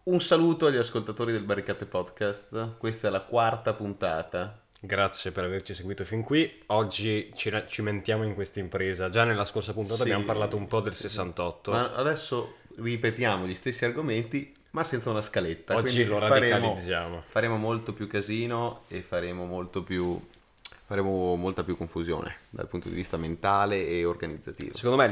Un saluto agli ascoltatori del Barricate Podcast, questa è la 4ª puntata. Grazie per averci seguito fin qui. Oggi ci cimentiamo in questa impresa. Già nella scorsa puntata abbiamo parlato un po' del 68. Ma adesso ripetiamo gli stessi argomenti, ma senza una scaletta. Oggi quindi lo radicalizziamo. Faremo molto più casino e faremo molta più confusione dal punto di vista mentale e organizzativo. Secondo me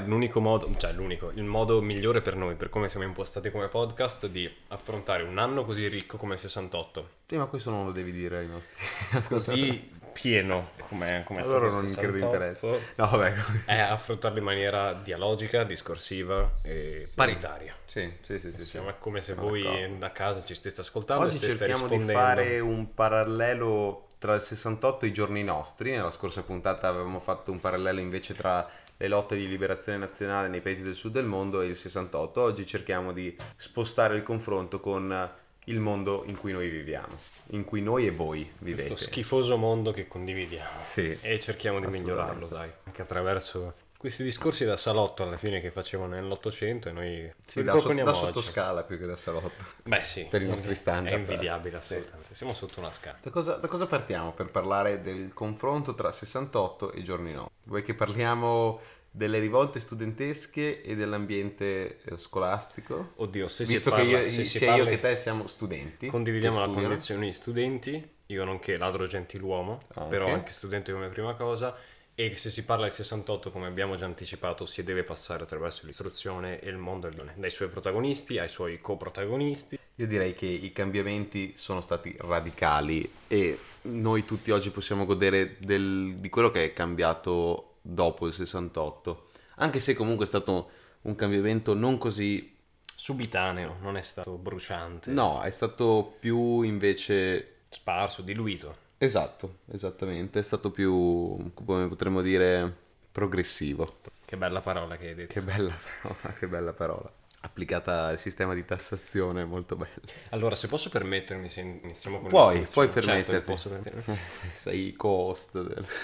il modo migliore per noi, per come siamo impostati come podcast, di affrontare un anno così ricco come il 68. Sì, ma questo non lo devi dire ai nostri Così pieno come allora non il credo 68, interessa. No, vabbè. è affrontarlo in maniera dialogica, discorsiva e paritaria. Sì. È come se Sono voi d'accordo. da casa ci steste ascoltando Oggi e steste cerchiamo di rispondendo. fare un parallelo tra il 68 e i giorni nostri. Nella scorsa puntata avevamo fatto un parallelo invece tra le lotte di liberazione nazionale nei paesi del sud del mondo e il 68. Oggi cerchiamo di spostare il confronto con il mondo in cui noi viviamo, in cui noi e voi vivete. Questo schifoso mondo che condividiamo. Sì, E cerchiamo di migliorarlo, dai. Anche attraverso questi discorsi da salotto alla fine che facevano nell'Ottocento e noi sì, li da proponiamo oggi. sottoscala più che da salotto. Beh sì, per i nostri standard. è invidiabile assolutamente. Siamo sotto una scala. Da cosa partiamo per parlare del confronto tra 68 e i giorni nostri? Vuoi che parliamo delle rivolte studentesche e dell'ambiente scolastico? Oddio, se Visto si che parla, io che te siamo studenti, condividiamo che la studiano. condizione di studenti, io nonché ladro gentiluomo, però anche studente come prima cosa, e se si parla del 68, come abbiamo già anticipato, si deve passare attraverso l'istruzione e il mondo dai suoi protagonisti ai suoi coprotagonisti. Io direi che i cambiamenti sono stati radicali e noi tutti oggi possiamo godere di quello che è cambiato dopo il 68, anche se comunque è stato un cambiamento non così Subitaneo, non è stato bruciante. No, è stato più invece Sparso, diluito. esatto, esattamente, è stato più, come potremmo dire, progressivo. Che bella parola che hai detto. Che bella parola. Applicata al sistema di tassazione, molto bella. Allora, se posso permettermi, se iniziamo con Puoi l'istruzione. permetterti. Certo, posso permettermi. Sei co-host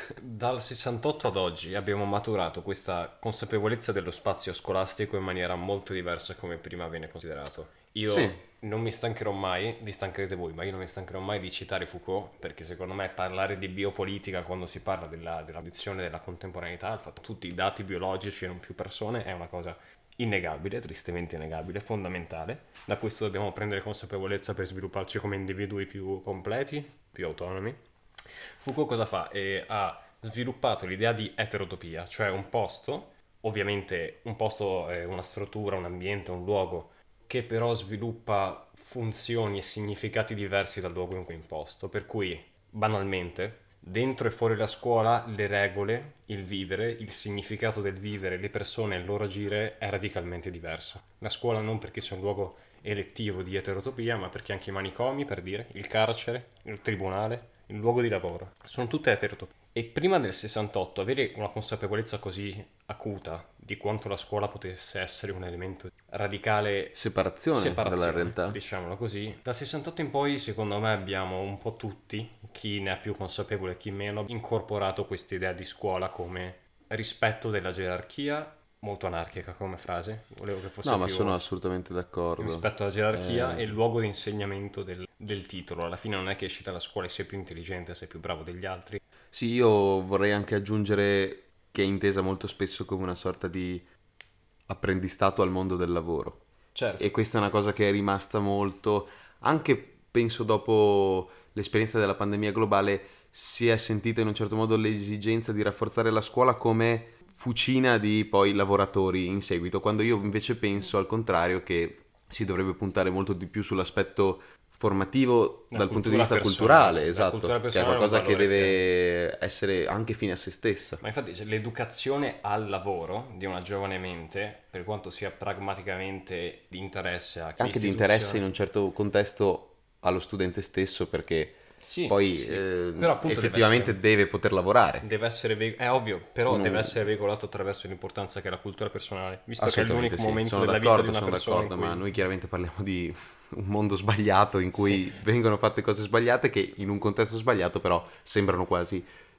Dal 68 ad oggi abbiamo maturato questa consapevolezza dello spazio scolastico in maniera molto diversa come prima viene considerato. Io non mi stancherò mai, vi stancherete voi, ma io non mi stancherò mai di citare Foucault, perché secondo me parlare di biopolitica quando si parla dell'ambizione della contemporaneità, il fatto che tutti i dati biologici e non più persone, è una cosa innegabile, tristemente innegabile, fondamentale. Da questo dobbiamo prendere consapevolezza per svilupparci come individui più completi, più autonomi. Foucault cosa fa? Ha sviluppato l'idea di eterotopia, cioè un posto, ovviamente un posto è una struttura, un ambiente, un luogo, che però sviluppa funzioni e significati diversi dal luogo in cui è imposto, per cui, banalmente, dentro e fuori la scuola le regole, il vivere, il significato del vivere, le persone e il loro agire è radicalmente diverso. La scuola non perché sia un luogo elettivo di eterotopia, ma perché anche i manicomi, per dire, il carcere, il tribunale, il luogo di lavoro, sono tutte eterotopie. E prima del 68 avere una consapevolezza così acuta di quanto la scuola potesse essere un elemento di radicale separazione dalla realtà. diciamolo così, dal 68 in poi secondo me abbiamo un po' tutti, chi ne è più consapevole e chi meno, incorporato questa idea di scuola come rispetto della gerarchia, molto anarchica come frase, volevo che fosse No, ma più sono assolutamente d'accordo. rispetto alla gerarchia e il luogo di insegnamento del titolo. Alla fine non è che esci dalla scuola e sei più intelligente, sei più bravo degli altri. Sì, io vorrei anche aggiungere che è intesa molto spesso come una sorta di apprendistato al mondo del lavoro. Certo. E questa è una cosa che è rimasta molto, anche penso dopo l'esperienza della pandemia globale, si è sentita in un certo modo l'esigenza di rafforzare la scuola come fucina di poi lavoratori in seguito, quando io invece penso al contrario che si dovrebbe puntare molto di più sull'aspetto formativo dal punto di vista culturale, esatto, che è qualcosa che deve essere anche fine a se stessa. Ma infatti l'educazione al lavoro di una giovane mente, per quanto sia pragmaticamente di interesse a chi anche di interesse in un certo contesto allo studente stesso, perché poi però appunto effettivamente deve poter lavorare. Deve essere è ovvio, però deve essere veicolato attraverso l'importanza che è la cultura personale, visto che è l'unico momento della vita di una persona. Sono d'accordo, ma noi chiaramente parliamo di un mondo sbagliato in cui vengono fatte cose sbagliate che in un contesto sbagliato però sembrano quasi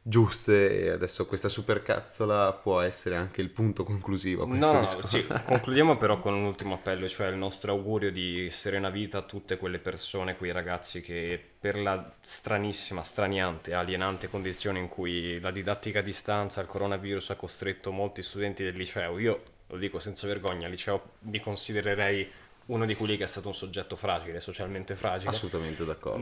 giuste, e adesso questa supercazzola può essere anche il punto conclusivo a questo No, discorso. sì, concludiamo però con un ultimo appello, cioè il nostro augurio di serena vita a tutte quelle persone, quei ragazzi che per la stranissima, straniante, alienante condizione in cui la didattica a distanza, il coronavirus ha costretto molti studenti del liceo, io lo dico senza vergogna, al liceo mi considererei uno di quelli che è stato un soggetto fragile, socialmente fragile. Assolutamente d'accordo.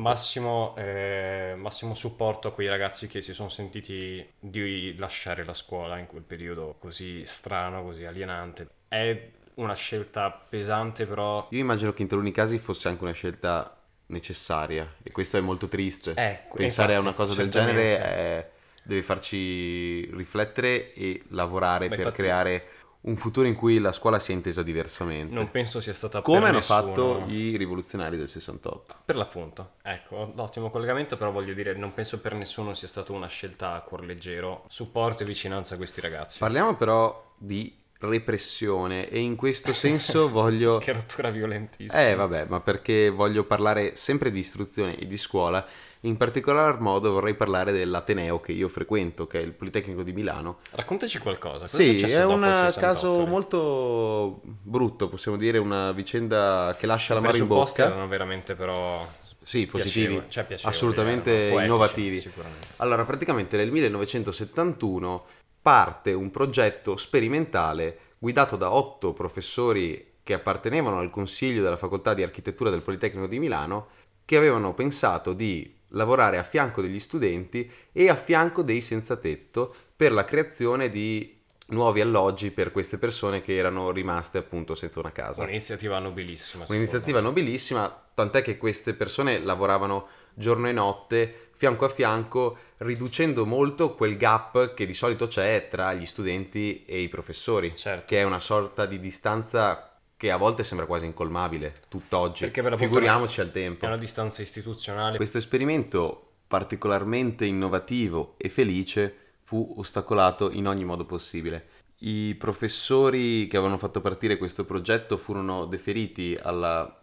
Massimo supporto a quei ragazzi che si sono sentiti di lasciare la scuola in quel periodo così strano, così alienante. È una scelta pesante, però Io immagino che in taluni casi fosse anche una scelta necessaria e questo è molto triste. Pensare a infatti, una cosa del certamente. genere deve farci riflettere e lavorare Ma per infatti creare un futuro in cui la scuola sia intesa diversamente. non penso sia stata Come per hanno nessuno. fatto i rivoluzionari del 68. Per l'appunto, ecco, ottimo collegamento, però voglio dire, non penso per nessuno sia stata una scelta a cuor leggero. Supporto e vicinanza a questi ragazzi. Parliamo però di repressione e in questo senso voglio... Che rottura violentissima. Vabbè, ma perché voglio parlare sempre di istruzione e di scuola, in particolar modo vorrei parlare dell'Ateneo che io frequento, che è il Politecnico di Milano. Raccontaci qualcosa, cosa è Sì, successo è dopo un il 68? caso molto brutto, brutto, dire, una vicenda che lascia I l'amaro in presupposti bocca. erano veramente però Sì, positivi, piacevoli, assolutamente erano poetici, innovativi. sicuramente. Allora, praticamente nel 1971 parte un progetto sperimentale guidato da 8 professori che appartenevano al consiglio della facoltà di architettura del Politecnico di Milano, che avevano pensato di lavorare a fianco degli studenti e a fianco dei senza tetto per la creazione di nuovi alloggi per queste persone che erano rimaste appunto senza una casa. Un'iniziativa nobilissima. Un'iniziativa nobilissima, tant'è che queste persone lavoravano giorno e notte, fianco a fianco, riducendo molto quel gap che di solito c'è tra gli studenti e i professori, Certo. che è una sorta di distanza che a volte sembra quasi incolmabile, tutt'oggi. Perché per Figuriamoci al è tempo. una distanza istituzionale. Questo esperimento particolarmente innovativo e felice fu ostacolato in ogni modo possibile. I professori che avevano fatto partire questo progetto furono deferiti alla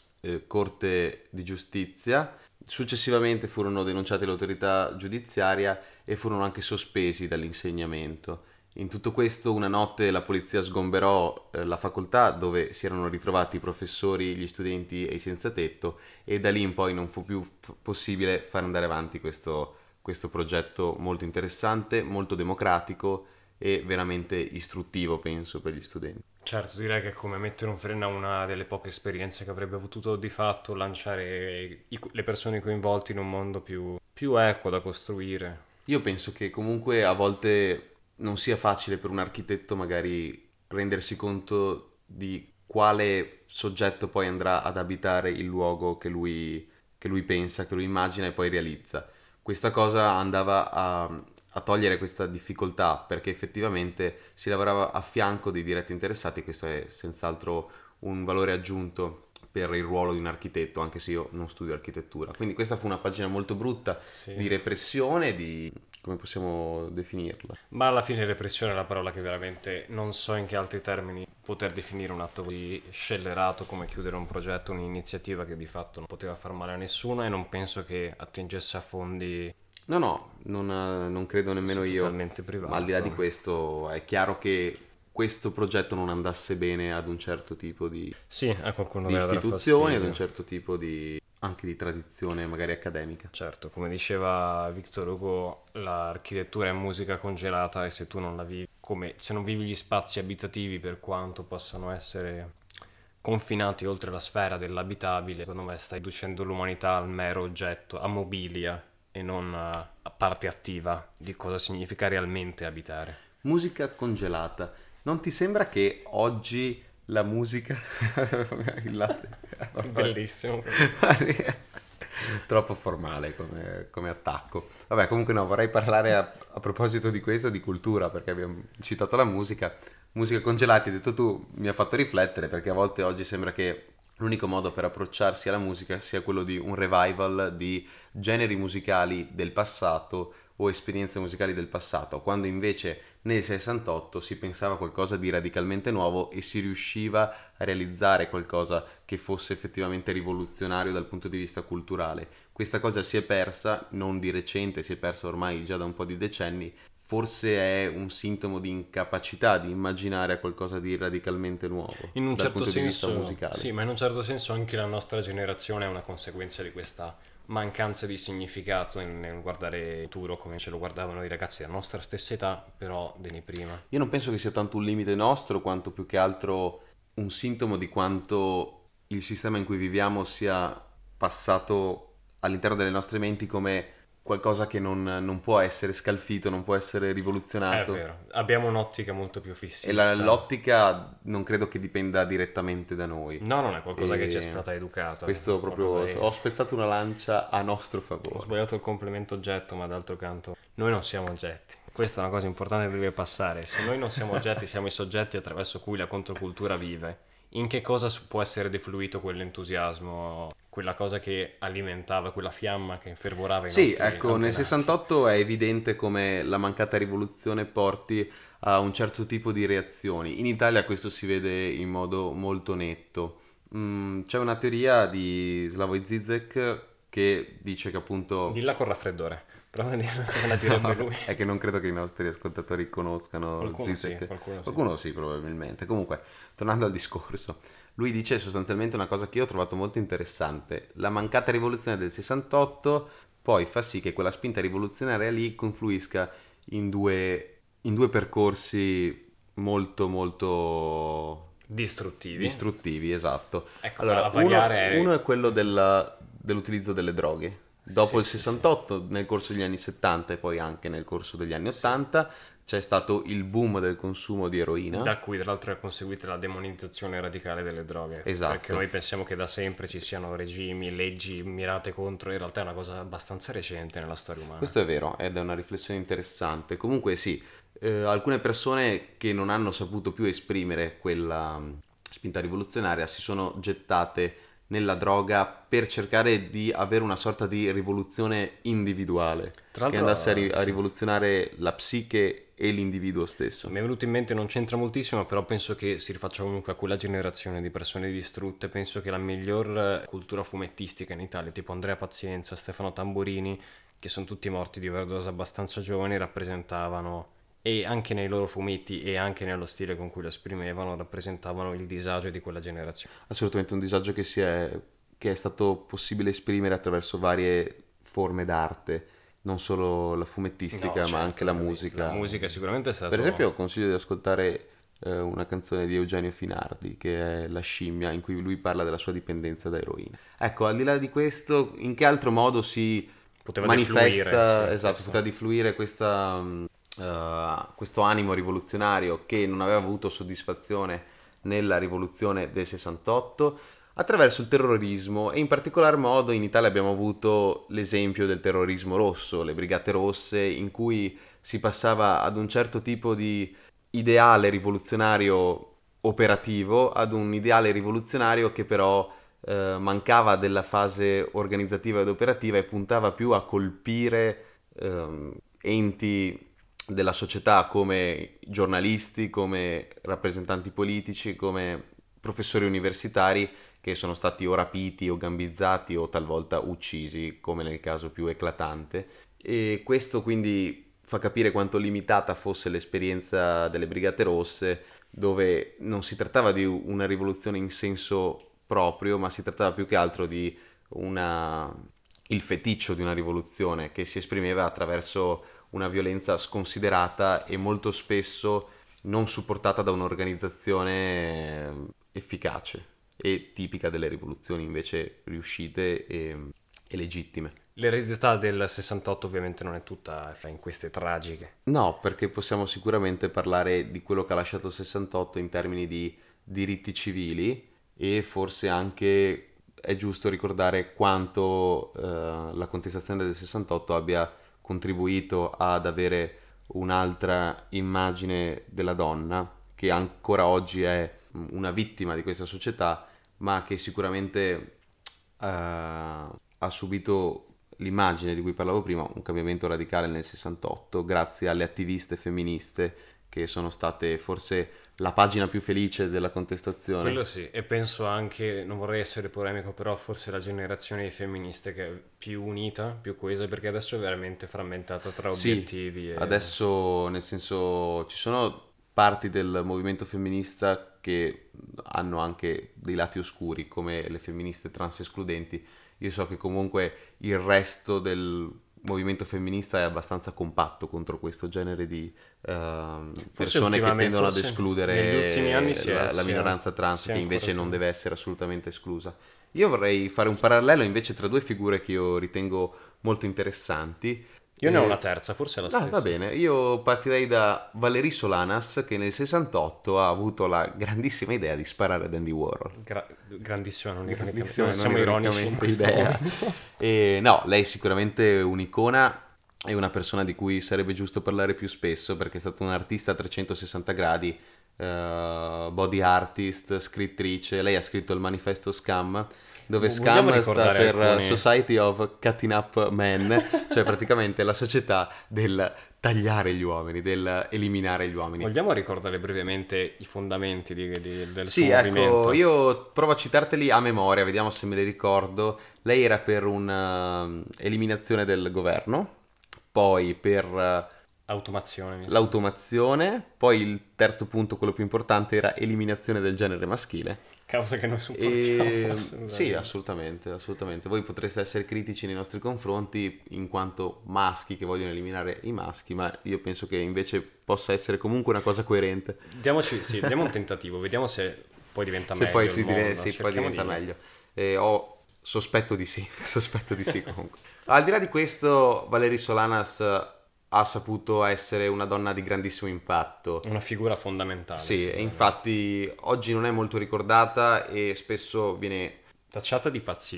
Corte di Giustizia, successivamente furono denunciati all'autorità giudiziaria e furono anche sospesi dall'insegnamento. In tutto questo, una notte la polizia sgomberò la facoltà dove si erano ritrovati i professori, gli studenti e i senza tetto, e da lì in poi non fu più possibile far andare avanti questo progetto molto interessante, molto democratico e veramente istruttivo, penso, per gli studenti. Certo, direi che è come mettere un freno a una delle poche esperienze che avrebbe potuto di fatto lanciare le persone coinvolte in un mondo più equo da costruire. Io penso che comunque a volte non sia facile per un architetto magari rendersi conto di quale soggetto poi andrà ad abitare il luogo che lui pensa, che lui immagina e poi realizza. Questa cosa andava a togliere questa difficoltà perché effettivamente si lavorava a fianco dei diretti interessati e questo è senz'altro un valore aggiunto per il ruolo di un architetto, anche se io non studio architettura. Quindi questa fu una pagina molto brutta di repressione, di... come possiamo definirla? Ma alla fine repressione è la parola che veramente non so in che altri termini poter definire un atto così scellerato come chiudere un progetto, un'iniziativa che di fatto non poteva far male a nessuno e non penso che attingesse a fondi No, non credo nemmeno io. totalmente privati. Ma al di là di questo è chiaro che questo progetto non andasse bene ad un certo tipo di Sì, a qualcuno di deve dar istituzioni, ad fastidio. un certo tipo di anche di tradizione magari accademica. Certo, come diceva Victor Hugo, l'architettura è musica congelata e se tu non la vivi, come se non vivi gli spazi abitativi per quanto possano essere confinati oltre la sfera dell'abitabile, secondo me stai riducendo l'umanità al mero oggetto, a mobilia e non a parte attiva di cosa significa realmente abitare. Musica congelata. Non ti sembra che oggi la musica il latte Bellissimo. troppo formale come attacco. Vabbè, comunque no, vorrei parlare a proposito di questo, di cultura, perché abbiamo citato la musica. Musica congelata, hai detto tu, mi ha fatto riflettere, perché a volte oggi sembra che l'unico modo per approcciarsi alla musica sia quello di un revival di generi musicali del passato o esperienze musicali del passato, quando invece Nel 68 si pensava a qualcosa di radicalmente nuovo e si riusciva a realizzare qualcosa che fosse effettivamente rivoluzionario dal punto di vista culturale. Questa cosa si è persa, non di recente, si è persa ormai già da un po' di decenni. Forse è un sintomo di incapacità di immaginare qualcosa di radicalmente nuovo In un dal certo punto di vista senso, musicale. sì, ma in un certo senso anche la nostra generazione è una conseguenza di questa mancanza di significato nel guardare il futuro come ce lo guardavano i ragazzi della nostra stessa età, però decenni prima. Io non penso che sia tanto un limite nostro, quanto più che altro un sintomo di quanto il sistema in cui viviamo sia passato all'interno delle nostre menti come qualcosa che non può essere scalfito, non può essere È rivoluzionato. vero, abbiamo un'ottica molto più E fissista. l'ottica non credo che dipenda direttamente da noi. No, non è qualcosa che ci è E stata educata. questo proprio Qualcosa ho spezzato una lancia a nostro Ho favore. sbagliato il complemento oggetto, ma d'altro canto noi non siamo oggetti. Questa è una cosa importante che deve passare. Se noi non siamo oggetti, siamo i soggetti attraverso cui la controcultura vive. In che cosa può essere defluito quell'entusiasmo, quella cosa che alimentava, quella fiamma che infervorava i Sì, nostri ecco, nel antenati? 68 è evidente come la mancata rivoluzione porti a un certo tipo di reazioni. In Italia questo si vede in modo molto netto. C'è una teoria di Slavoj Zizek che dice che appunto... Dilla con raffreddore. Prova a dirla come la direbbe lui. È che non credo che i nostri ascoltatori conoscano Qualcuno Zizek. sì, qualcuno sì. Qualcuno sì, probabilmente. Comunque, tornando al discorso, lui dice sostanzialmente una cosa che io ho trovato molto interessante. La mancata rivoluzione del 68 poi fa sì che quella spinta rivoluzionaria lì confluisca in due percorsi molto molto Distruttivi. distruttivi, esatto. Ecco, Allora, a variare uno è quello dell'utilizzo delle droghe. Dopo il sì, 68, nel corso degli anni 70 e poi anche nel corso degli anni 80, c'è stato il boom del consumo di eroina. da cui tra l'altro è conseguita la demonizzazione radicale delle droghe. Esatto. Perché noi pensiamo che da sempre ci siano regimi, leggi mirate contro, in realtà è una cosa abbastanza recente nella storia umana. Questo è vero ed è una riflessione interessante. Comunque sì, alcune persone che non hanno saputo più esprimere quella spinta rivoluzionaria si sono gettate nella droga per cercare di avere una sorta di rivoluzione individuale, Tra che l'altro, andasse a sì. rivoluzionare la psiche e l'individuo stesso. Mi è venuto in mente, non c'entra moltissimo, però penso che si rifaccia comunque a quella generazione di persone distrutte. Penso che la miglior cultura fumettistica in Italia, tipo Andrea Pazienza, Stefano Tamburini, che sono tutti morti di overdose abbastanza giovani, rappresentavano, e anche nei loro fumetti e anche nello stile con cui lo esprimevano, rappresentavano il disagio di quella generazione. Assolutamente un disagio che è stato possibile esprimere attraverso varie forme d'arte, non solo la fumettistica, ma anche la musica. La musica sicuramente è stata... Per esempio, consiglio di ascoltare una canzone di Eugenio Finardi, che è La scimmia, in cui lui parla della sua dipendenza da eroina. Ecco, al di là di questo, in che altro modo si poteva manifesta, defluire, sì, esatto, questo. poteva defluire questo animo rivoluzionario che non aveva avuto soddisfazione nella rivoluzione del 68 attraverso il terrorismo e in particolar modo in Italia abbiamo avuto l'esempio del terrorismo rosso, le brigate rosse, in cui si passava ad un certo tipo di ideale rivoluzionario operativo ad un ideale rivoluzionario che però mancava della fase organizzativa ed operativa e puntava più a colpire enti della società come giornalisti, come rappresentanti politici, come professori universitari che sono stati o rapiti o gambizzati o talvolta uccisi, come nel caso più eclatante. E questo quindi fa capire quanto limitata fosse l'esperienza delle Brigate Rosse, dove non si trattava di una rivoluzione in senso proprio, ma si trattava più che altro di il feticcio di una rivoluzione che si esprimeva attraverso una violenza sconsiderata e molto spesso non supportata da un'organizzazione efficace e tipica delle rivoluzioni invece riuscite e legittime. L'eredità del 68 ovviamente non è tutta in queste tragiche. No, perché possiamo sicuramente parlare di quello che ha lasciato il 68 in termini di diritti civili e forse anche è giusto ricordare quanto la contestazione del 68 abbia contribuito ad avere un'altra immagine della donna che ancora oggi è una vittima di questa società, ma che sicuramente ha subito l'immagine di cui parlavo prima, un cambiamento radicale nel 68, grazie alle attiviste femministe che sono state forse la pagina più felice della contestazione. Quello sì, e penso anche, non vorrei essere polemico, però forse la generazione di femministe che è più unita, più coesa, perché adesso è veramente frammentata tra obiettivi e... Adesso nel senso ci sono parti del movimento femminista che hanno anche dei lati oscuri, come le femministe trans escludenti. Io so che comunque il resto del movimento femminista è abbastanza compatto contro questo genere di persone che tendono ad escludere negli ultimi anni la minoranza trans, che invece non deve essere assolutamente esclusa. Io vorrei fare un parallelo invece tra due figure che io ritengo molto interessanti. Io ne ho una terza, forse è la stessa. Va bene, io partirei da Valery Solanas, che nel 68 ha avuto la grandissima idea di sparare ad Andy Warhol. Grandissima, non ironicamente. Non siamo ironici in questo idea. E no, lei è sicuramente un'icona, è una persona di cui sarebbe giusto parlare più spesso, perché è stata un'artista a 360 gradi, body artist, scrittrice. Lei ha scritto il manifesto Scam, dove Scam sta per alcuni... Society of Cutting Up Men, cioè praticamente la società del tagliare gli uomini, del eliminare gli uomini. Vogliamo ricordare brevemente i fondamenti del suo movimento? Sì, ecco, io provo a citarteli a memoria, vediamo se me li ricordo. Lei era per un'eliminazione del governo, poi per... l'automazione, poi il terzo punto, quello più importante, era eliminazione del genere maschile. Causa che noi supportiamo. Sì, assolutamente. Voi potreste essere critici nei nostri confronti in quanto maschi che vogliono eliminare i maschi, ma io penso che invece possa essere comunque una cosa coerente. Diamo un tentativo, vediamo se poi diventa meglio. Poi diventa meglio. Sospetto di sì comunque. Al di là di questo, Valery Solanas ha saputo essere una donna di grandissimo impatto. Una figura fondamentale. Sì, e infatti oggi non è molto ricordata e spesso viene... tacciata di pazzia.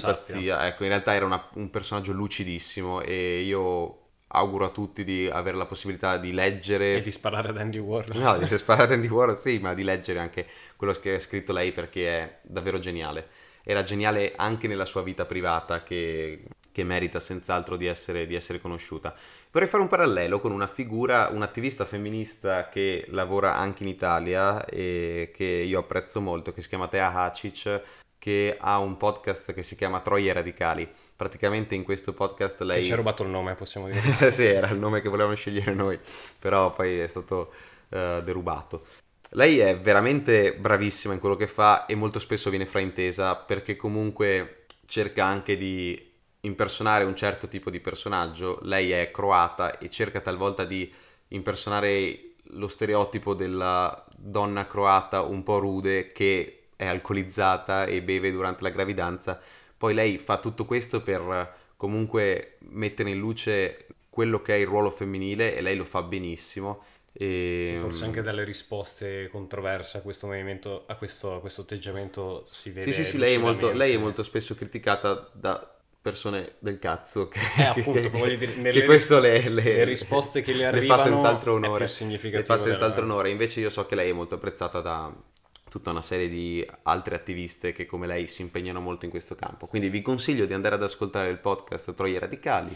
Ecco, in realtà era un personaggio lucidissimo e io auguro a tutti di avere la possibilità di leggere... E di sparare ad Andy Warhol. No, di sparare ad Andy Warhol, sì, ma di leggere anche quello che ha scritto lei, perché è davvero geniale. Era geniale anche nella sua vita privata, che merita senz'altro di essere conosciuta. Vorrei fare un parallelo con una figura, un'attivista femminista che lavora anche in Italia e che io apprezzo molto, che si chiama Tea Hacic, che ha un podcast che si chiama Troie Radicali. Praticamente in questo podcast lei... Che ci ha rubato il nome, possiamo dire. Sì, era il nome che volevamo scegliere noi, però poi è stato derubato. Lei è veramente bravissima in quello che fa e molto spesso viene fraintesa, perché comunque cerca anche di impersonare un certo tipo di personaggio. Lei è croata e cerca talvolta di impersonare lo stereotipo della donna croata un po' rude che è alcolizzata e beve durante la gravidanza. Poi lei fa tutto questo per comunque mettere in luce quello che è il ruolo femminile e lei lo fa benissimo. Sì, forse anche dalle risposte controverse a questo movimento, a questo atteggiamento si vede. Sì, lei è molto spesso criticata da persone del cazzo che, appunto, voglio dire, che questo le risposte che le arrivano fa senz'altro onore, è più significativo. Le fa senz'altro onore. Invece io so che lei è molto apprezzata da tutta una serie di altre attiviste che come lei si impegnano molto in questo campo. Quindi vi consiglio di andare ad ascoltare il podcast Troie Radicali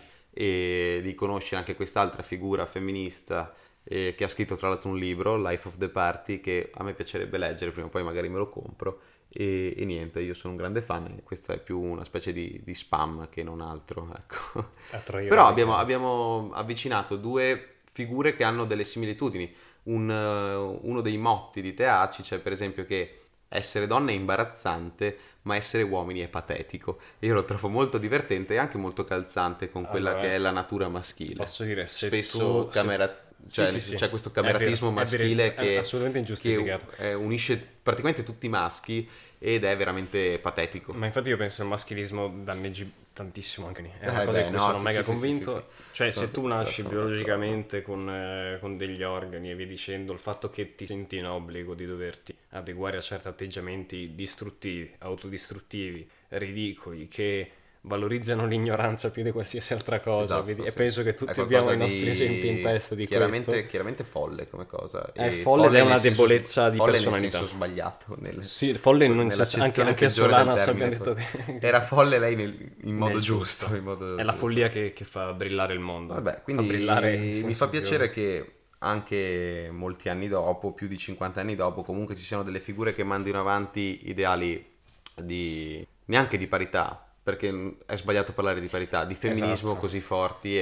e di conoscere anche quest'altra figura femminista che ha scritto tra l'altro un libro, Life of the Party, che a me piacerebbe leggere, prima o poi magari me lo compro. E niente, io sono un grande fan e questo è più una specie di spam che non altro, ecco. Però abbiamo avvicinato due figure che hanno delle similitudini. Uno dei motti di Teaci c'è per esempio che essere donna è imbarazzante, ma essere uomini è patetico. E io lo trovo molto divertente e anche molto calzante con quella che è la natura maschile. Posso dire, spesso c'è questo cameratismo maschile che assolutamente ingiustificato, che unisce praticamente tutti i maschi ed è veramente patetico. Ma infatti io penso che il maschilismo danneggi tantissimo anche lì. È una cosa di cui sono mega convinto. Cioè, se tu nasci biologicamente con degli organi e via dicendo, il fatto che ti senti in obbligo di doverti adeguare a certi atteggiamenti distruttivi, autodistruttivi, ridicoli, che valorizzano l'ignoranza più di qualsiasi altra cosa, esatto, e penso che tutti abbiamo i nostri esempi in testa di questo. Chiaramente folle come cosa. È folle ed è una debolezza di personalità. Folle nel senso sbagliato. Sì, folle anche Solana abbiamo detto che... Era folle lei in modo giusto. È la follia che fa brillare il mondo. Vabbè, quindi mi fa piacere che anche molti anni dopo, più di 50 anni dopo, comunque ci siano delle figure che mandino avanti ideali neanche di parità, perché è sbagliato parlare di parità, di femminismo Esatto. così forti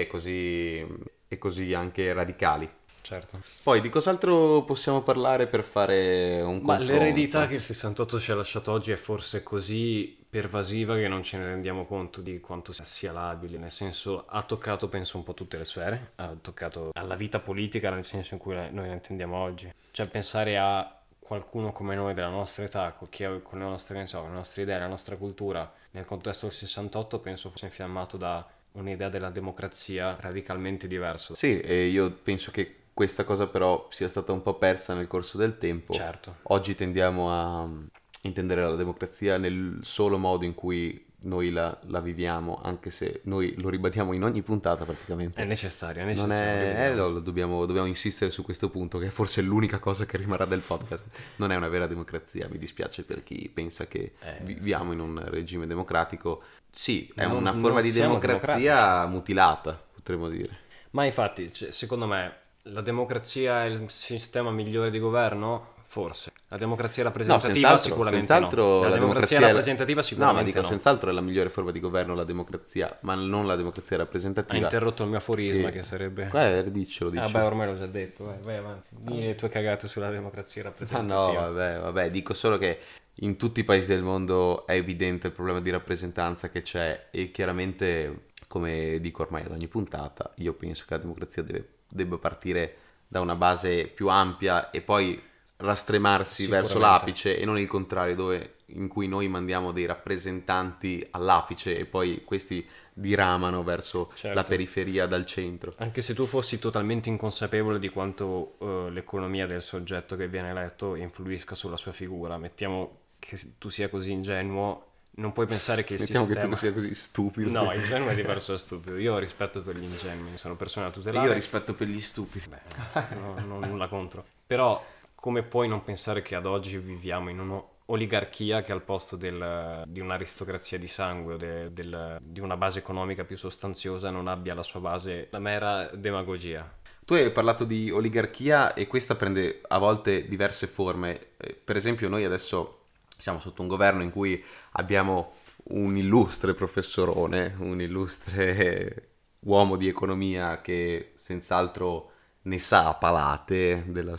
e così anche radicali. Certo. Poi di cos'altro possiamo parlare per fare un Ma confronto? l'eredità che il 68 ci ha lasciato oggi è forse così pervasiva che non ce ne rendiamo conto di quanto sia labile, nel senso ha toccato penso un po' tutte le sfere, ha toccato alla vita politica nel senso in cui noi la intendiamo oggi. Cioè pensare a qualcuno come noi della nostra età, con le nostre, ne so, le nostre idee, la nostra cultura, nel contesto del 68 penso fosse infiammato da un'idea della democrazia radicalmente diversa. Sì, e io penso che questa cosa però sia stata un po' persa nel corso del tempo. Certo. Oggi tendiamo a intendere la democrazia nel solo modo in cui noi la viviamo, anche se noi lo ribadiamo in ogni puntata praticamente. È necessario, è Non necessario. è, dobbiamo insistere su questo punto, che è forse l'unica cosa che rimarrà del podcast. Non è una vera democrazia, mi dispiace per chi pensa che viviamo in un regime democratico. Sì, è una forma di democrazia mutilata, potremmo dire. Ma infatti, secondo me, la democrazia è il sistema migliore di governo? Forse. La democrazia rappresentativa sicuramente senz'altro no. La democrazia rappresentativa sicuramente no. Ma dico, no. senz'altro è la migliore forma di governo la democrazia, ma non la democrazia rappresentativa. Ha interrotto il mio aforisma che sarebbe... Diccelo. Vabbè, ormai l'ho già detto, vai avanti. Dì le tue cagate sulla democrazia rappresentativa. No, vabbè, dico solo che in tutti i paesi del mondo è evidente il problema di rappresentanza che c'è e chiaramente, come dico ormai ad ogni puntata, io penso che la democrazia debba partire da una base più ampia e poi rastremarsi verso l'apice e non il contrario, in cui noi mandiamo dei rappresentanti all'apice e poi questi diramano verso la periferia dal centro. Anche se tu fossi totalmente inconsapevole di quanto l'economia del soggetto che viene eletto influisca sulla sua figura, mettiamo che tu sia così ingenuo, non puoi pensare che il mettiamo sistema... che tu sia così stupido. No, ingenuo è diverso da stupido. Io ho rispetto per gli ingenui, sono persona da tutelare. Io ho rispetto per gli stupidi. Non ho nulla contro. Però come puoi non pensare che ad oggi viviamo in un'oligarchia che al posto di un'aristocrazia di sangue di una base economica più sostanziosa non abbia la sua base la mera demagogia? Tu hai parlato di oligarchia e questa prende a volte diverse forme. Per esempio noi adesso siamo sotto un governo in cui abbiamo un illustre professorone, un illustre uomo di economia che senz'altro ne sa a palate nel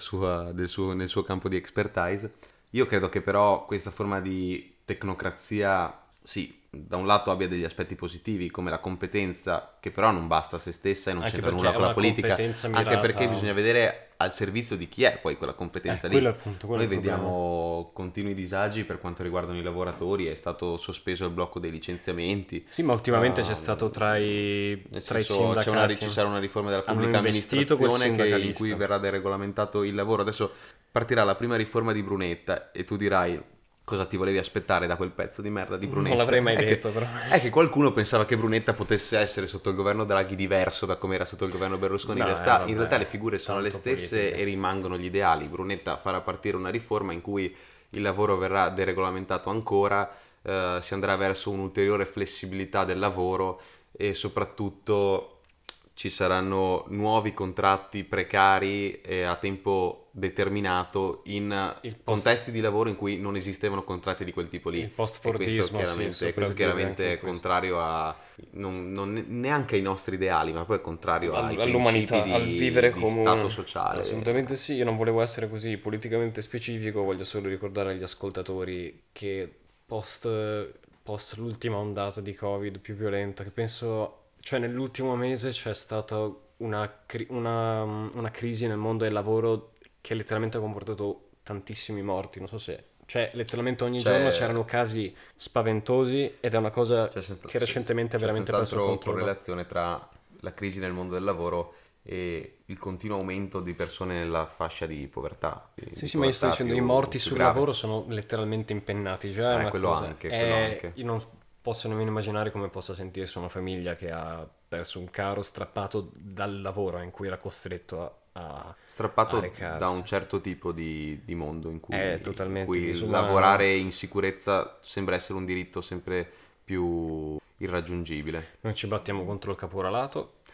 suo campo di expertise. Io credo che però questa forma di tecnocrazia, sì, da un lato abbia degli aspetti positivi come la competenza, che però non basta a se stessa e non Anche c'entra perché nulla è con la una politica, competenza anche mirata. perché bisogna vedere al servizio di chi è poi quella competenza lì. Quello è appunto, quello Noi è il vediamo continui disagi per quanto riguardano i lavoratori, è stato sospeso il blocco dei licenziamenti. Sì, ma ultimamente c'è stato tra i sindacati. Ci sarà una riforma della Hanno pubblica investito col amministrazione in sindacalista. cui verrà deregolamentato il lavoro. Adesso partirà la prima riforma di Brunetta e tu dirai: cosa ti volevi aspettare da quel pezzo di merda di Brunetta? Non l'avrei mai È detto, che, però. È che qualcuno pensava che Brunetta potesse essere sotto il governo Draghi diverso da come era sotto il governo Berlusconi. No, In realtà le figure sono le tanto stesse politica. e rimangono gli ideali. Brunetta farà partire una riforma in cui il lavoro verrà deregolamentato ancora, si andrà verso un'ulteriore flessibilità del lavoro e soprattutto ci saranno nuovi contratti precari e a tempo determinato in contesti di lavoro in cui non esistevano contratti di quel tipo lì. Il post-fordismo, questo chiaramente è contrario a neanche ai nostri ideali, ma poi è contrario ai all'umanità, principi al vivere di comune. stato sociale. Assolutamente sì, io non volevo essere così politicamente specifico, voglio solo ricordare agli ascoltatori che post l'ultima ondata di Covid più violenta, che penso... Cioè nell'ultimo mese c'è stata una crisi nel mondo del lavoro che letteralmente ha comportato tantissimi morti, non so se... Cioè letteralmente ogni giorno c'erano casi spaventosi ed è una cosa che recentemente ha veramente preso il controllo. C'è correlazione tra la crisi nel mondo del lavoro e il continuo aumento di persone nella fascia di povertà. Sì, ma io sto dicendo i morti sul lavoro sono letteralmente impennati, già è una quello cosa. anche. Io non posso nemmeno immaginare come possa sentirsi una famiglia che ha perso un caro strappato dal lavoro in cui era costretto a strappato recarsi da un certo tipo di mondo in cui, totalmente in cui disumano. Lavorare in sicurezza sembra essere un diritto sempre più irraggiungibile. Noi ci battiamo contro il caporalato.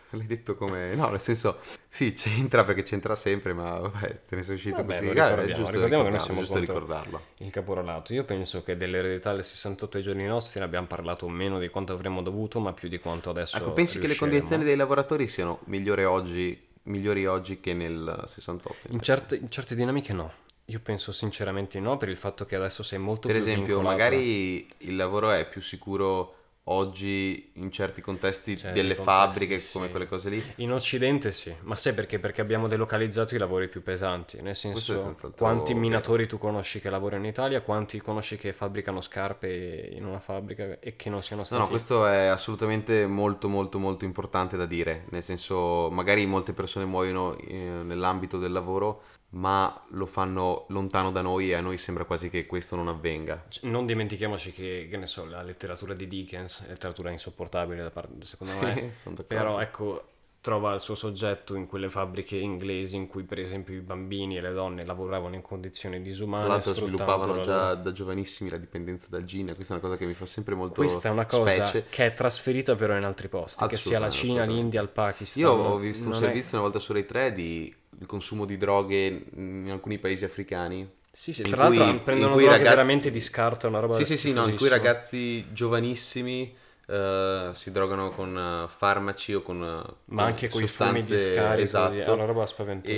l'hai detto come... No, nel senso, sì, c'entra perché c'entra sempre, ma vabbè, te ne sei uscito Vabbè, così. ricordiamo, È giusto ricordiamo che noi ricordarlo, siamo giusto contro ricordarlo. il caporalato. Io penso che dell'eredità del 68 ai giorni nostri ne abbiamo parlato meno di quanto avremmo dovuto, ma più di quanto adesso Ecco, pensi che le riusciremo. condizioni dei lavoratori siano migliori oggi che nel 68? In certe dinamiche no. Io penso sinceramente no, per il fatto che adesso sei molto Per più esempio, vincolato. magari il lavoro è più sicuro oggi in certi contesti Certi delle contesti, fabbriche, sì. come quelle cose lì. In Occidente sì, ma sai perché? Perché abbiamo delocalizzato i lavori più pesanti, nel Questo è senso senz'altro quanti vero. minatori tu conosci che lavorano in Italia, quanti conosci che fabbricano scarpe in una fabbrica e che non siano No, stati... questo è assolutamente molto molto molto importante da dire, nel senso magari molte persone muoiono nell'ambito del lavoro, ma lo fanno lontano da noi e a noi sembra quasi che questo non avvenga. Non dimentichiamoci che ne so, la letteratura di Dickens è letteratura insopportabile secondo me, Sono d'accordo. però ecco, trova il suo soggetto in quelle fabbriche inglesi in cui per esempio i bambini e le donne lavoravano in condizioni Tra disumane, l'altro sfruttando sviluppavano la già loro... da giovanissimi la dipendenza dal gin, e questa è una cosa che mi fa sempre molto Questa è una cosa specie. che è trasferita però in altri posti, che sia la Cina, Assolutamente. l'India, il Pakistan. Io ho visto un non servizio una volta su Rai 3 di il consumo di droghe in alcuni paesi africani. Sì, sì, in tra l'altro in prendono cui droghe veramente di scarto, è una roba sì, no, in cui schifosissima. ragazzi giovanissimi si drogano con farmaci o Ma con anche con i fumi di sostanze, scarico, è una esatto, roba spaventosa.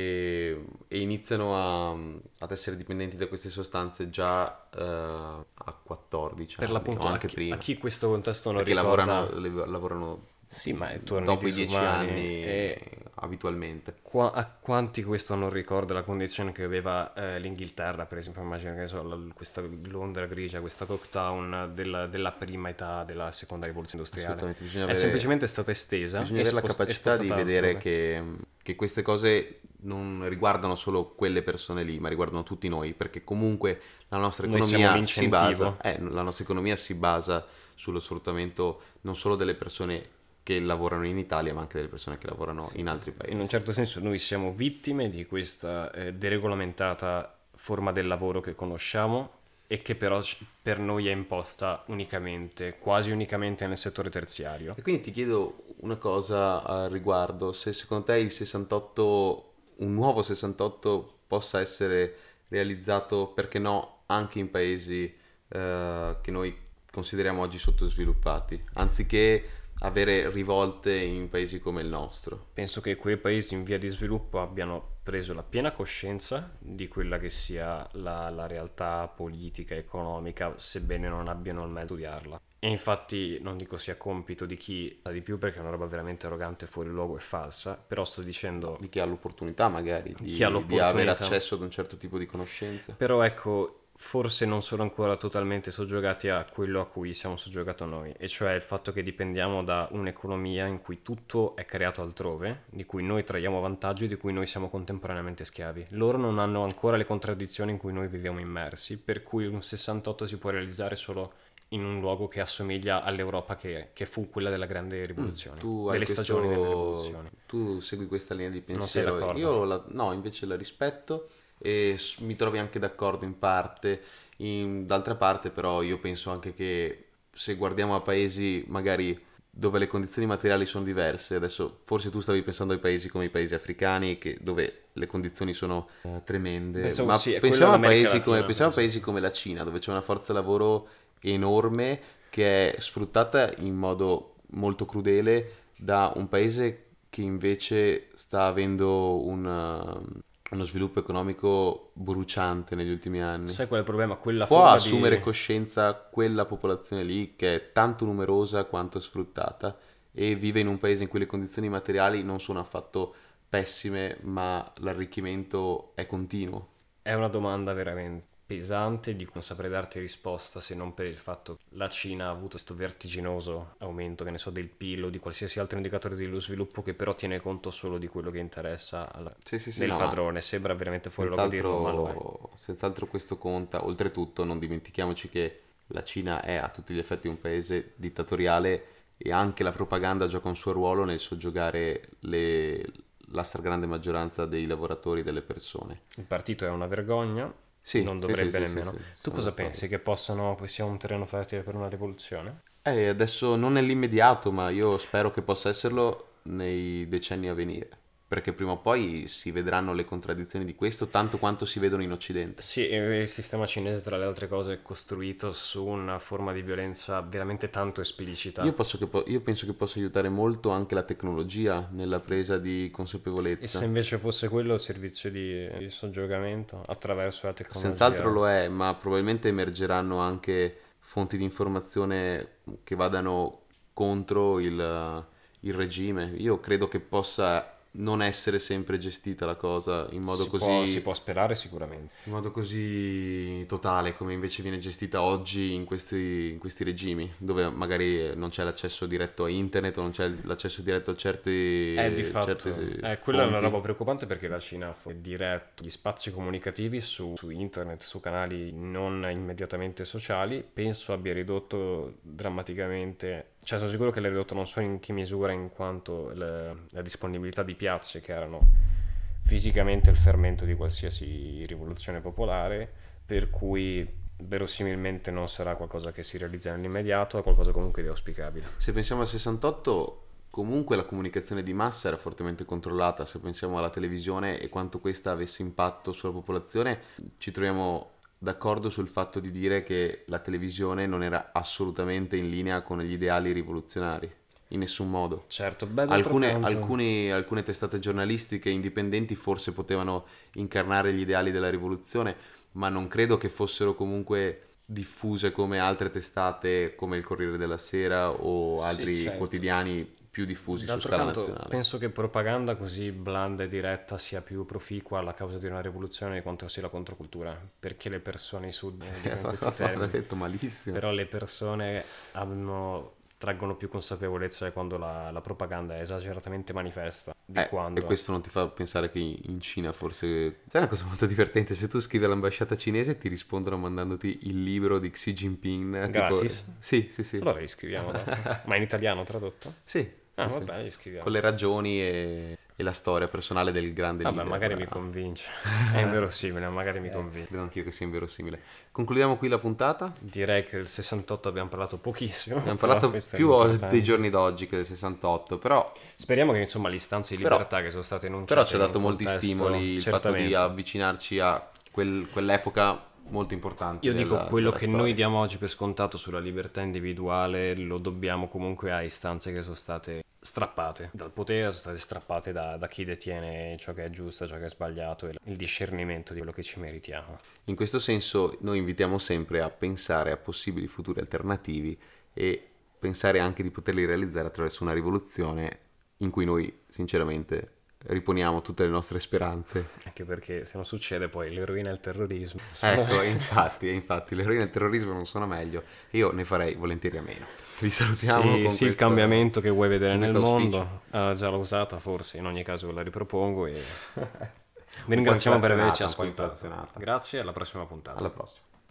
e iniziano ad essere dipendenti da queste sostanze già a 14 Per anni l'appunto, o anche a prima, chi questo contesto non perché ricorda... lavorano Sì, ma è torni dopo i 10 disumani anni e abitualmente. a quanti questo non ricorda la condizione che aveva l'Inghilterra, per esempio, immagino che ne so, questa Londra grigia, questa Cocktown della prima età della seconda rivoluzione industriale. Assolutamente, bisogna È avere, semplicemente stata estesa bisogna e avere la capacità di esportata vedere altrove. che queste cose non riguardano solo quelle persone lì, ma riguardano tutti noi, perché comunque la nostra Noi siamo economia si basa, l'incentivo. la nostra economia si basa sullo sfruttamento non solo delle persone che lavorano in Italia, ma anche delle persone che lavorano in altri In un paesi. certo senso noi siamo vittime di questa deregolamentata forma del lavoro che conosciamo e che però per noi è imposta unicamente, quasi unicamente nel settore terziario. E quindi ti chiedo una cosa al riguardo, se secondo te il 68, un nuovo 68 possa essere realizzato, perché no, anche in paesi che noi consideriamo oggi sottosviluppati, anziché avere rivolte in paesi come il nostro. Penso che quei paesi in via di sviluppo abbiano preso la piena coscienza di quella che sia la realtà politica e economica, sebbene non abbiano il mezzo di studiarla. E infatti non dico sia compito di chi sa di più perché è una roba veramente arrogante, fuori luogo e falsa, però sto dicendo Di chi ha l'opportunità magari chi ha di avere l'opportunità. accesso ad un certo tipo di conoscenze. Però ecco, forse non sono ancora totalmente soggiogati a quello a cui siamo soggiogati noi, e cioè il fatto che dipendiamo da un'economia in cui tutto è creato altrove, di cui noi traiamo vantaggio e di cui noi siamo contemporaneamente schiavi. Loro non hanno ancora le contraddizioni in cui noi viviamo immersi, per cui un 68 si può realizzare solo in un luogo che assomiglia all'Europa che fu quella della grande rivoluzione, Tu hai delle stagioni delle rivoluzioni. tu segui questa linea di Non sei pensiero. d'accordo? No, invece la rispetto e mi trovi anche d'accordo in parte. D'altra parte, però, io penso anche che se guardiamo a paesi magari dove le condizioni materiali sono diverse, adesso forse tu stavi pensando ai paesi come i paesi africani, dove le condizioni sono tremende, Pensavo ma sì, è quello dell'America Latina, pensiamo a per paesi come la Cina, dove c'è una forza lavoro enorme che è sfruttata in modo molto crudele da un paese che invece sta avendo uno sviluppo economico bruciante negli ultimi anni. Sai qual è il problema? Quella Può forma assumere di... coscienza quella popolazione lì che è tanto numerosa quanto sfruttata e vive in un paese in cui le condizioni materiali non sono affatto pessime, ma l'arricchimento è continuo. È una domanda veramente pesante di cui non saprei darti risposta se non per il fatto che la Cina ha avuto questo vertiginoso aumento, che ne so, del PIL o di qualsiasi altro indicatore dello sviluppo che però tiene conto solo di quello che interessa del No, padrone. Sembra veramente fuori luogo dirlo, ma lo è. Senz'altro questo conta. Oltretutto non dimentichiamoci che la Cina è a tutti gli effetti un paese dittatoriale e anche la propaganda gioca un suo ruolo nel soggiogare la stragrande maggioranza dei lavoratori, delle persone. Il partito è una vergogna, Sì, non sì, dovrebbe sì, nemmeno. sì, Tu sono cosa d'accordo. pensi? Che sia un terreno fertile per una rivoluzione? Adesso non nell'immediato, ma io spero che possa esserlo nei decenni a venire, perché prima o poi si vedranno le contraddizioni di questo tanto quanto si vedono in Occidente. Sì, e il sistema cinese, tra le altre cose, è costruito su una forma di violenza veramente tanto esplicita. Io penso che possa aiutare molto anche la tecnologia nella presa di E consapevolezza. se invece fosse quello il servizio di soggiogamento attraverso la tecnologia? Senz'altro lo è, ma probabilmente emergeranno anche fonti di informazione che vadano contro il regime. Io credo che possa non essere sempre gestita la cosa Si può sperare sicuramente. in modo così totale come invece viene gestita oggi in questi regimi, dove magari non c'è l'accesso diretto a internet o non c'è l'accesso diretto a Di fatto, certe quella è una fonti. roba preoccupante perché la Cina ha diretto gli spazi comunicativi su internet, su canali non immediatamente sociali. Penso abbia ridotto drammaticamente, cioè sono sicuro che l'ha ridotto, non so in che misura, in quanto la disponibilità di piazze che erano fisicamente il fermento di qualsiasi rivoluzione popolare, per cui verosimilmente non sarà qualcosa che si realizza nell'immediato, è qualcosa comunque di auspicabile. Se pensiamo al 68, comunque la comunicazione di massa era fortemente controllata. Se pensiamo alla televisione e quanto questa avesse impatto sulla popolazione, ci troviamo d'accordo sul fatto di dire che la televisione non era assolutamente in linea con gli ideali rivoluzionari, in nessun modo. Certo, beh, d'altro canto, Alcune testate giornalistiche indipendenti forse potevano incarnare gli ideali della rivoluzione, ma non credo che fossero comunque diffuse come altre testate come il Corriere della Sera o altri certo. quotidiani più diffusi su D'altro scala canto, nazionale. penso che propaganda così blanda e diretta sia più proficua alla causa di una rivoluzione di quanto sia la controcultura, perché le persone in sud dicono in questi L'ha termini, detto malissimo. però le persone traggono più consapevolezza di quando la propaganda è esageratamente manifesta, di quando... E questo non ti fa pensare che in Cina forse... È una cosa molto divertente, se tu scrivi all'ambasciata cinese ti rispondono mandandoti il libro di Xi Jinping. Gratis? Tipo... Sì, sì, sì. Allora li scriviamo dopo. Ma in italiano tradotto? Sì, Ah, sì, vabbè, sì. li scriviamo. Con le ragioni e la storia personale del grande Vabbè, leader. magari mi Bravo. convince. È inverosimile, magari mi convince. Credo anch'io che sia inverosimile. Concludiamo qui la puntata. Direi che del 68 abbiamo parlato pochissimo. Abbiamo però parlato questo è più l'importante. dei giorni d'oggi che del 68, però Speriamo che insomma le istanze di Però- libertà che sono state enunciate Però ci ha in dato un molti contesto, stimoli il fatto di certamente. avvicinarci a quell'epoca molto importante. Io dico, quello della che storia. noi diamo oggi per scontato sulla libertà individuale lo dobbiamo comunque a istanze che sono state strappate dal potere, sono state strappate da chi detiene ciò che è giusto, ciò che è sbagliato e il discernimento di quello che ci meritiamo. In questo senso noi invitiamo sempre a pensare a possibili futuri alternativi e pensare anche di poterli realizzare attraverso una rivoluzione in cui noi sinceramente riponiamo tutte le nostre speranze. Anche perché se non succede poi l'eroina e il terrorismo. Ecco, infatti, le eroine del terrorismo non sono meglio. Io ne farei volentieri a meno. Vi salutiamo con Sì, il questo- cambiamento che vuoi vedere con nel questo mondo. auspicio. Già l'ho usata, forse, in ogni caso la ripropongo e vi Un po' ringraziamo per averci inflazionata, un po' ascoltato. inflazionata. Grazie, alla prossima puntata. Alla prossima.